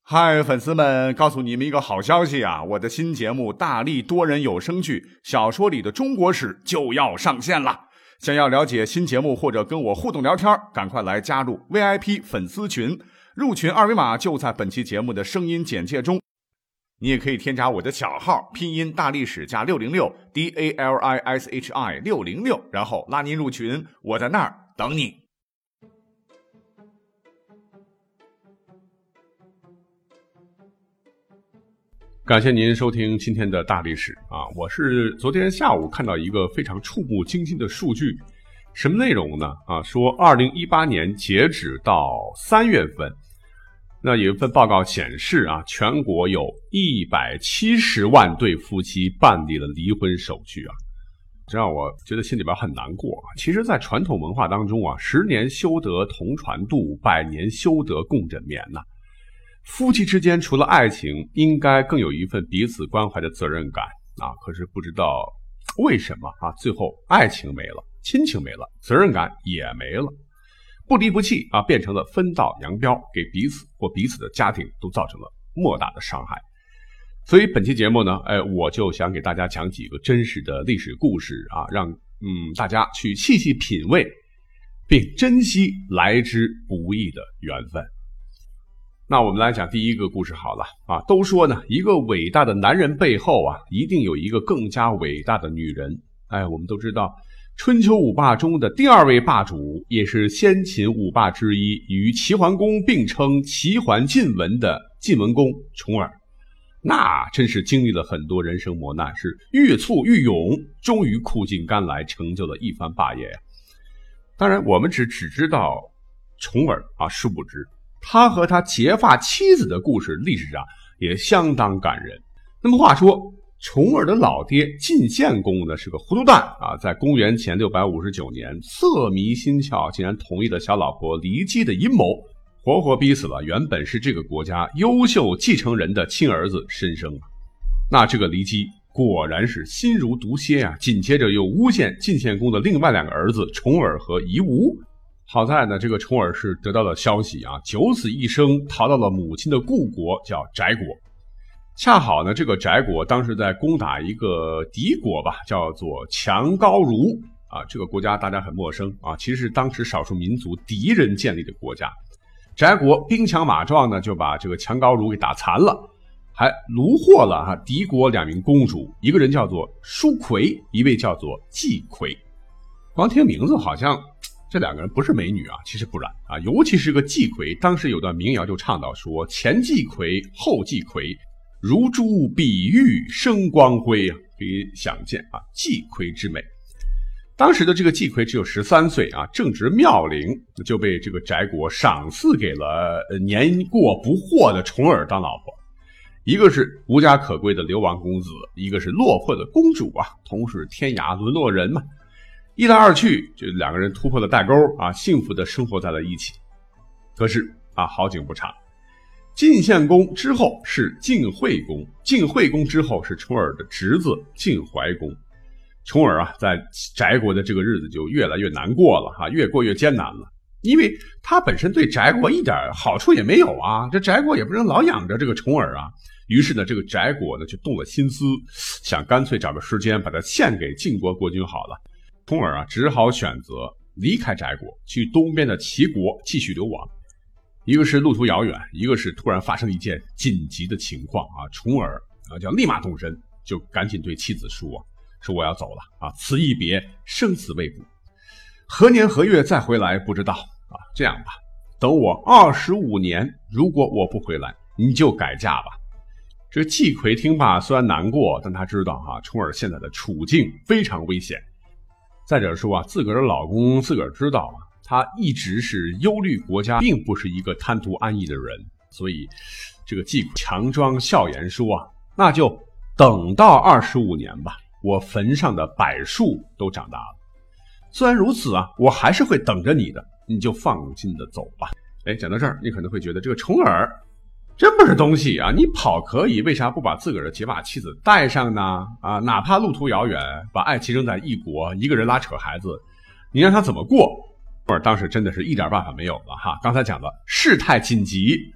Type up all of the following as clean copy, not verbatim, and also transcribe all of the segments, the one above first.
嗨，粉丝们，告诉你们一个好消息啊！我的新节目《大力多人有声剧小说里的中国史》就要上线了。想要了解新节目或者跟我互动聊天，赶快来加入 VIP 粉丝群，入群二维码就在本期节目的声音简介中。你也可以添加我的小号，拼音大历史加606 DALISHI 606，然后拉您入群，我在那儿等你。 感谢您收听今天的大历史啊！我是昨天下午看到一个非常触目惊心的数据，什么内容呢？说2018年截止到3月份，那有一份报告显示全国有170万对夫妻办理了离婚手续啊，这让我觉得心里边很难过啊。其实，在传统文化当中10年修得同船渡，100年修得共枕眠呐。夫妻之间除了爱情，应该更有一份彼此关怀的责任感啊。可是不知道为什么最后爱情没了，亲情没了，责任感也没了，不离不弃变成了分道扬镳，给彼此或彼此的家庭都造成了莫大的伤害。所以本期节目呢，我就想给大家讲几个真实的历史故事让大家去细细品味，并珍惜来之不易的缘分。那我们来讲第一个故事好了都说呢，一个伟大的男人背后一定有一个更加伟大的女人。我们都知道春秋五霸中的第二位霸主，也是先秦五霸之一，与齐桓公并称齐桓晋文的晋文公重耳，那真是经历了很多人生磨难，是越挫越勇，终于苦尽甘来，成就了一番霸业呀。当然我们只知道重耳殊不知他和他结发妻子的故事历史上也相当感人。那么话说，重耳的老爹晋献公呢是个糊涂蛋在公元前659年色迷心窍，竟然同意了小老婆骊姬的阴谋，活活逼死了原本是这个国家优秀继承人的亲儿子申生。那这个骊姬果然是心如毒蝎紧接着又诬陷晋献公的另外2个儿子重耳和夷吾。好在呢，这个重耳是得到了消息九死一生，逃到了母亲的故国，叫翟国。恰好呢，这个翟国当时在攻打一个敌国吧，叫做强高如这个国家大家很陌生其实是当时少数民族敌人建立的国家。翟国兵强马壮呢，就把这个强高如给打残了，还虏获了敌国2名公主，一个人叫做舒奎，一位叫做季奎。光听名字好像这2个人不是美女其实不然尤其是个季奎，当时有段民谣就唱到说，前季奎后季奎，如珠比玉生光辉可以想见季奎之美。当时的这个季奎只有13岁正值妙龄，就被这个翟国赏赐给了年过不惑的重耳当老婆。一个是无家可归的流亡公子，一个是落魄的公主同是天涯沦落人嘛。一来二去，这2个人突破了代沟幸福的生活在了一起。可是好景不长，晋献公之后是晋惠公，晋惠公之后是重耳的侄子晋怀公。重耳在翟国的这个日子就越来越难过了越过越艰难了，因为他本身对翟国一点好处也没有这翟国也不能老养着这个重耳于是呢，这个翟国呢就动了心思，想干脆找个时间把它献给晋国国君好了。重耳只好选择离开翟国，去东边的齐国继续流亡。一个是路途遥远，一个是突然发生了一件紧急的情况重耳叫立马动身，就赶紧对妻子说我要走了此一别生死未卜，何年何月再回来不知道这样吧，等我25年，如果我不回来，你就改嫁吧。这季奎听罢虽然难过，但他知道重耳现在的处境非常危险。再者说自个儿的老公自个儿知道他一直是忧虑国家，并不是一个贪图安逸的人，所以这个季奎强装笑颜说那就等到25年吧，我坟上的柏树都长大了，虽然如此我还是会等着你的，你就放心的走吧。讲到这儿，你可能会觉得这个重耳真不是东西你跑可以，为啥不把自个儿的结发妻子带上呢哪怕路途遥远，把爱情扔在异国，一个人拉扯孩子，你让他怎么过？重耳当时真的是一点办法没有了刚才讲的事态紧急，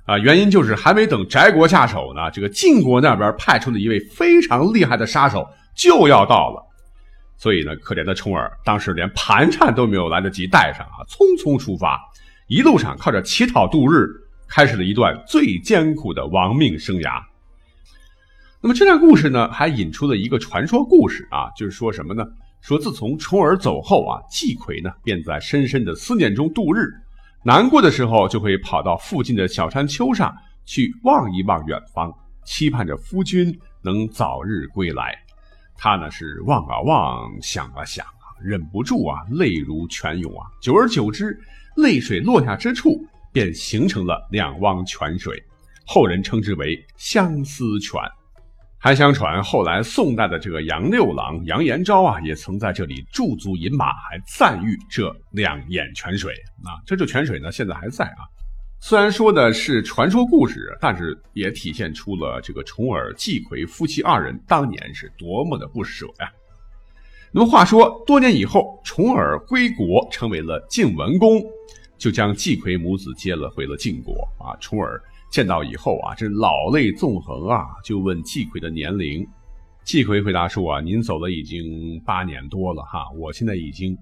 原因就是还没等翟国下手呢，这个晋国那边派出的一位非常厉害的杀手就要到了。所以呢，可怜的重耳当时连盘缠都没有来得及带上匆匆出发，一路上靠着乞讨度日，开始了一段最艰苦的亡命生涯。那么这段故事呢，还引出了一个传说故事就是说什么呢？说自从重耳走后季魁呢便在深深的思念中度日，难过的时候就会跑到附近的小山丘上去望一望远方，期盼着夫君能早日归来。他呢是望啊望，想啊想忍不住泪如泉涌久而久之，泪水落下之处便形成了两汪泉水，后人称之为相思泉。还相传后来宋代的这个杨六郎杨延昭也曾在这里驻足饮马，还赞誉这两眼泉水这泉水呢现在还在虽然说的是传说故事，但是也体现出了这个重耳季魁夫妻二人当年是多么的不舍呀。那么话说多年以后，重耳归国成为了晋文公，就将季魁母子接了回了晋国重耳见到以后这老泪纵横就问季魁的年龄。季魁回答说您走了已经8年多了我现在已经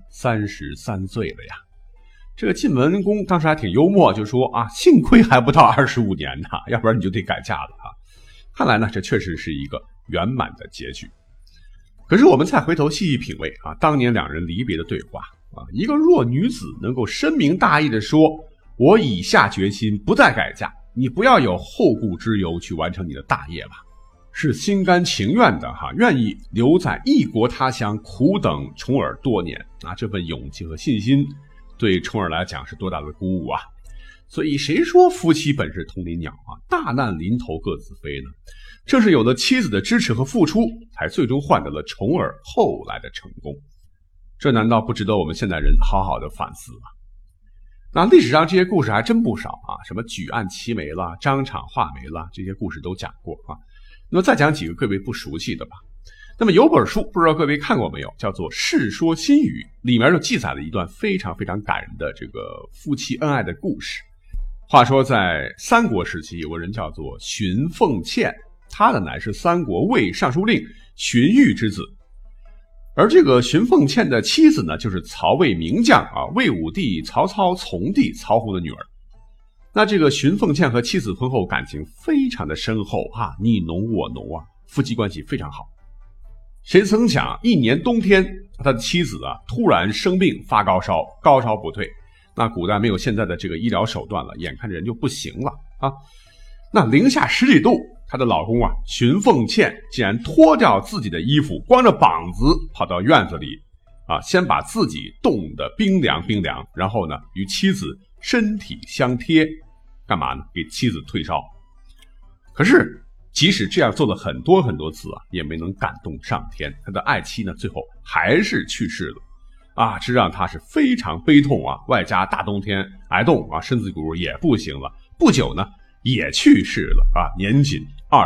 33岁了呀。这个晋文公当时还挺幽默，就说幸亏还不到25年呢，要不然你就得改嫁了看来呢这确实是一个圆满的结局。可是我们再回头细细品味当年两人离别的对话一个弱女子能够深明大义的说，我已下决心不再改嫁，你不要有后顾之忧去完成你的大业吧，是心甘情愿的愿意留在异国他乡苦等重耳多年这份勇气和信心对重耳来讲是多大的鼓舞所以谁说夫妻本是同林鸟大难临头各自飞呢？正是有了妻子的支持和付出，才最终换得了重耳后来的成功。这难道不值得我们现代人好好的反思吗？那历史上这些故事还真不少什么举案齐眉啦，张敞画眉啦，这些故事都讲过那么再讲几个各位不熟悉的吧。那么有本书不知道各位看过没有，叫做《世说新语》，里面就记载了一段非常非常感人的这个夫妻恩爱的故事。话说在三国时期，有个人叫做荀凤倩，他的乃是三国魏尚书令荀彧之子。而这个荀凤倩的妻子呢，就是曹魏名将魏武帝曹操从弟曹洪的女儿。那这个荀凤倩和妻子婚后感情非常的深厚你侬我侬夫妻关系非常好。谁曾想一年冬天，他的妻子突然生病发高烧，高烧不退。那古代没有现在的这个医疗手段了，眼看着人就不行了那零下10几度，她的老公荀凤倩竟然脱掉自己的衣服，光着膀子跑到院子里先把自己冻得冰凉冰凉，然后呢与妻子身体相贴，干嘛呢？给妻子退烧。可是即使这样做了很多很多次也没能感动上天，他的爱妻呢最后还是去世了这让他是非常悲痛外加大冬天挨冻身子骨也不行了，不久呢也去世了年仅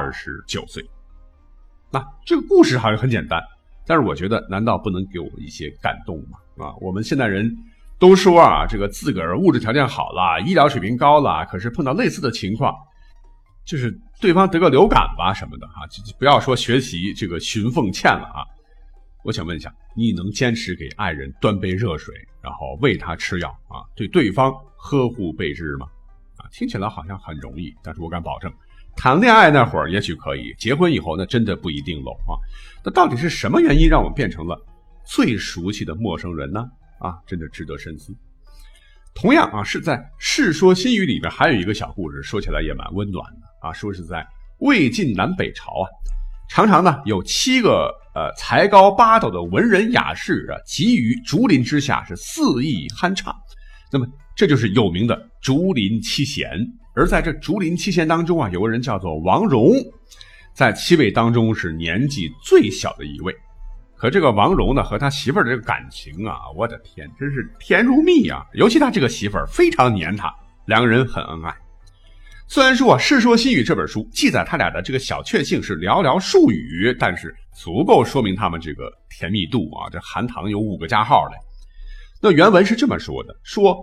29岁。那这个故事好像很简单，但是我觉得难道不能给我一些感动吗？我们现代人都说这个自个儿物质条件好了，医疗水平高了，可是碰到类似的情况，就是对方得个流感吧什么的不要说学习这个荀凤倩了我想问一下，你能坚持给爱人端杯热水，然后喂他吃药对对方呵护备至吗？听起来好像很容易，但是我敢保证，谈恋爱那会儿也许可以，结婚以后那真的不一定喽那到底是什么原因让我们变成了最熟悉的陌生人呢？真的值得深思。同样是在《世说新语》里边还有一个小故事，说起来也蛮温暖的说是在魏晋南北朝常常呢有7个才高8斗的文人雅士集于竹林之下，是肆意酣畅。那么这就是有名的竹林七贤。而在这竹林七贤当中有个人叫做王戎，在7位当中是年纪最小的一位。可这个王戎呢和他媳妇儿的这个感情我的天，真是甜如蜜尤其他这个媳妇儿非常黏他，两个人很恩爱。虽然说《世说新语》这本书记载他俩的这个小确幸是寥寥数语，但是足够说明他们这个甜蜜度这含糖有5个加号的。那原文是这么说的，说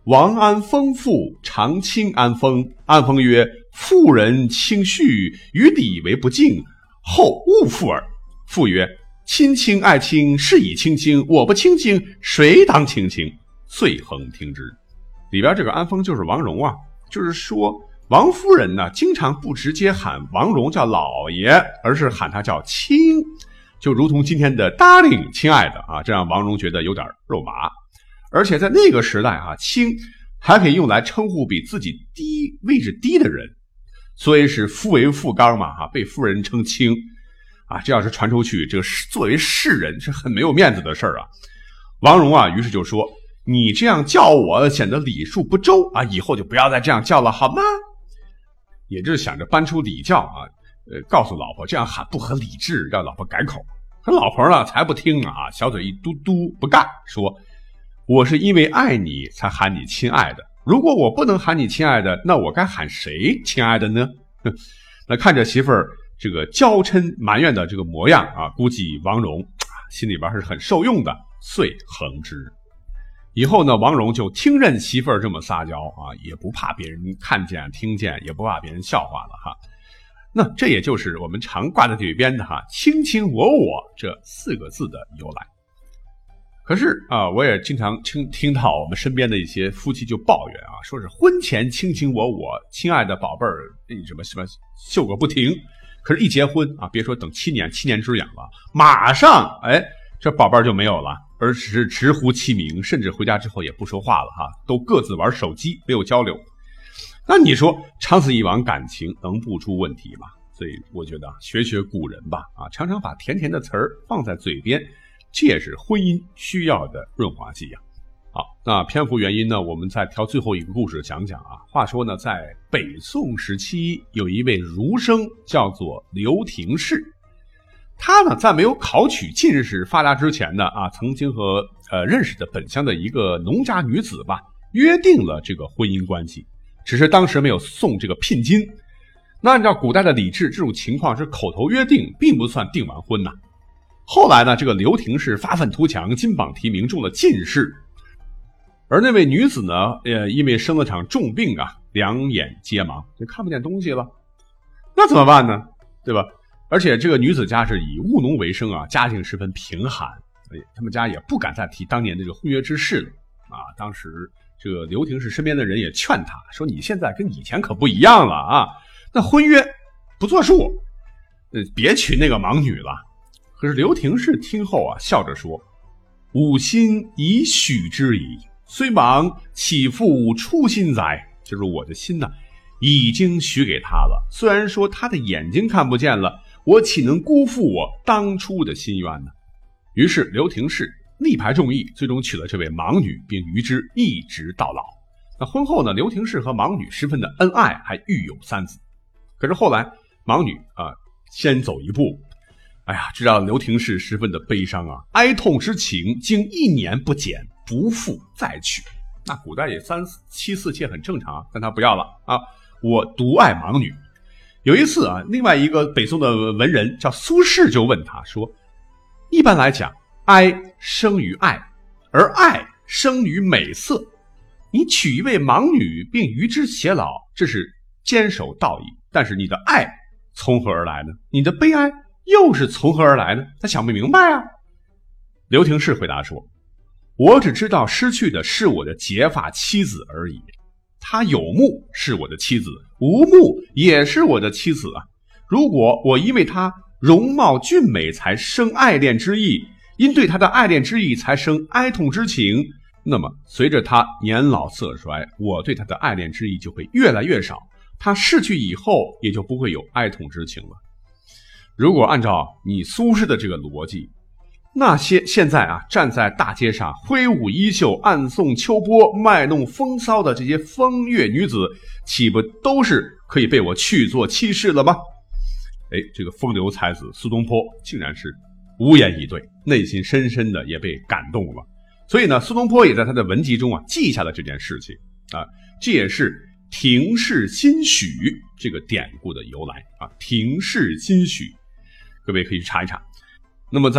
王安丰父常卿安丰，安丰曰：妇人轻婿，于礼为不敬，后勿妇耳。父曰：亲亲爱卿，是以亲亲，我不亲亲，谁当亲亲？遂恒听之。里边这个安丰就是王戎啊，就是说王夫人呢，经常不直接喊王戎叫老爷，而是喊他叫亲，就如同今天的 darling 亲爱的啊，这让王戎觉得有点肉麻。而且在那个时代啊，亲还可以用来称呼比自己位置低的人，所以是夫为妇纲嘛，被夫人称亲啊，这要是传出去，这个作为世人是很没有面子的事啊。王戎啊，于是就说：你这样叫我显得礼数不周啊，以后就不要再这样叫了，好吗？也就是想着搬出礼教啊，告诉老婆这样喊不合理智，让老婆改口。可老婆呢才不听啊，小嘴一嘟嘟不干，说：我是因为爱你才喊你亲爱的，如果我不能喊你亲爱的，那我该喊谁亲爱的呢？那看着媳妇儿这个娇嗔埋怨的这个模样啊，估计王戎心里边是很受用的，遂恒之。以后呢，王戎就听任媳妇儿这么撒娇啊，也不怕别人看见听见，也不怕别人笑话了哈。那这也就是我们常挂在嘴边的卿卿我我这4个字的由来。可是啊，我也经常听到我们身边的一些夫妻就抱怨啊，说是婚前卿卿我我，亲爱的宝贝儿，什么秀个不停。可是一结婚啊，别说等7年之痒了，马上这宝贝儿就没有了，而是直呼其名，甚至回家之后也不说话了都各自玩手机，没有交流。那你说长此以往，感情能不出问题吗？所以我觉得学古人吧，常常把甜甜的词儿放在嘴边，这也是婚姻需要的润滑剂啊。好，那篇幅原因呢，我们再挑最后一个故事讲讲啊。话说呢，在北宋时期，有一位儒生叫做刘廷士，他呢在没有考取进士发达之前呢曾经和认识的本乡的一个农家女子吧约定了这个婚姻关系，只是当时没有送这个聘金。那按照古代的礼制，这种情况是口头约定，并不算订完婚呐。后来呢，这个刘廷士发愤图强，金榜题名中了进士，而那位女子呢因为生了场重病啊，两眼皆盲，就看不见东西了。那怎么办呢？对吧？而且这个女子家是以务农为生啊，家境十分贫寒，他们家也不敢再提当年这个婚约之事了啊。当时这个刘廷士身边的人也劝他说：你现在跟以前可不一样了啊，那婚约不作数，别娶那个盲女了。可是刘廷士听后啊，笑着说：吾心已许之矣，虽盲岂复初心哉？就是我的心呢已经许给他了，虽然说他的眼睛看不见了，我岂能辜负我当初的心愿呢？于是刘廷士力排众议，最终娶了这位盲女，并与之一直到老。那婚后呢，刘廷士和盲女十分的恩爱，还育有3子。可是后来盲女先走一步，这让刘廷士十分的悲伤啊，哀痛之情经1年不减，不复再娶。那古代也3妻4妾很正常啊，但他不要了啊，我独爱盲女。有一次啊，另外一个北宋的文人叫苏轼就问他说：一般来讲，哀生于爱，而爱生于美色，你娶一位盲女并与之偕老，这是坚守道义，但是你的爱从何而来呢？你的悲哀又是从何而来呢？他想不明白啊。刘廷士回答说：我只知道失去的是我的结发妻子而已，她有目是我的妻子，无目也是我的妻子啊。如果我因为她容貌俊美才生爱恋之意，因对她的爱恋之意才生哀痛之情，那么随着她年老色衰，我对她的爱恋之意就会越来越少，她逝去以后也就不会有哀痛之情了。如果按照你苏轼的这个逻辑，那些现在站在大街上挥舞衣袖暗送秋波卖弄风骚的这些风月女子，岂不都是可以被我去做妻室了吗？这个风流才子苏东坡竟然是无言以对，内心深深的也被感动了。所以呢，苏东坡也在他的文集中记下了这件事情啊，这也是廷士心许这个典故的由来啊。廷士心许，各位可以去查一查。那么在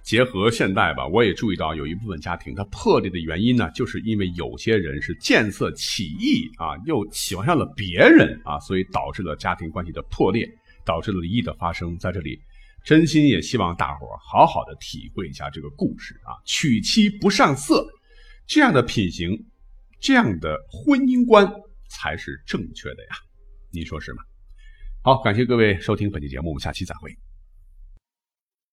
结合现代吧，我也注意到有一部分家庭它破裂的原因呢，就是因为有些人是见色起意啊，又喜欢上了别人啊，所以导致了家庭关系的破裂，导致了离异的发生。在这里真心也希望大伙好好的体会一下这个故事啊，娶妻不上色这样的品行，这样的婚姻观才是正确的呀，您说是吗？好，感谢各位收听本期节目，我们下期再会。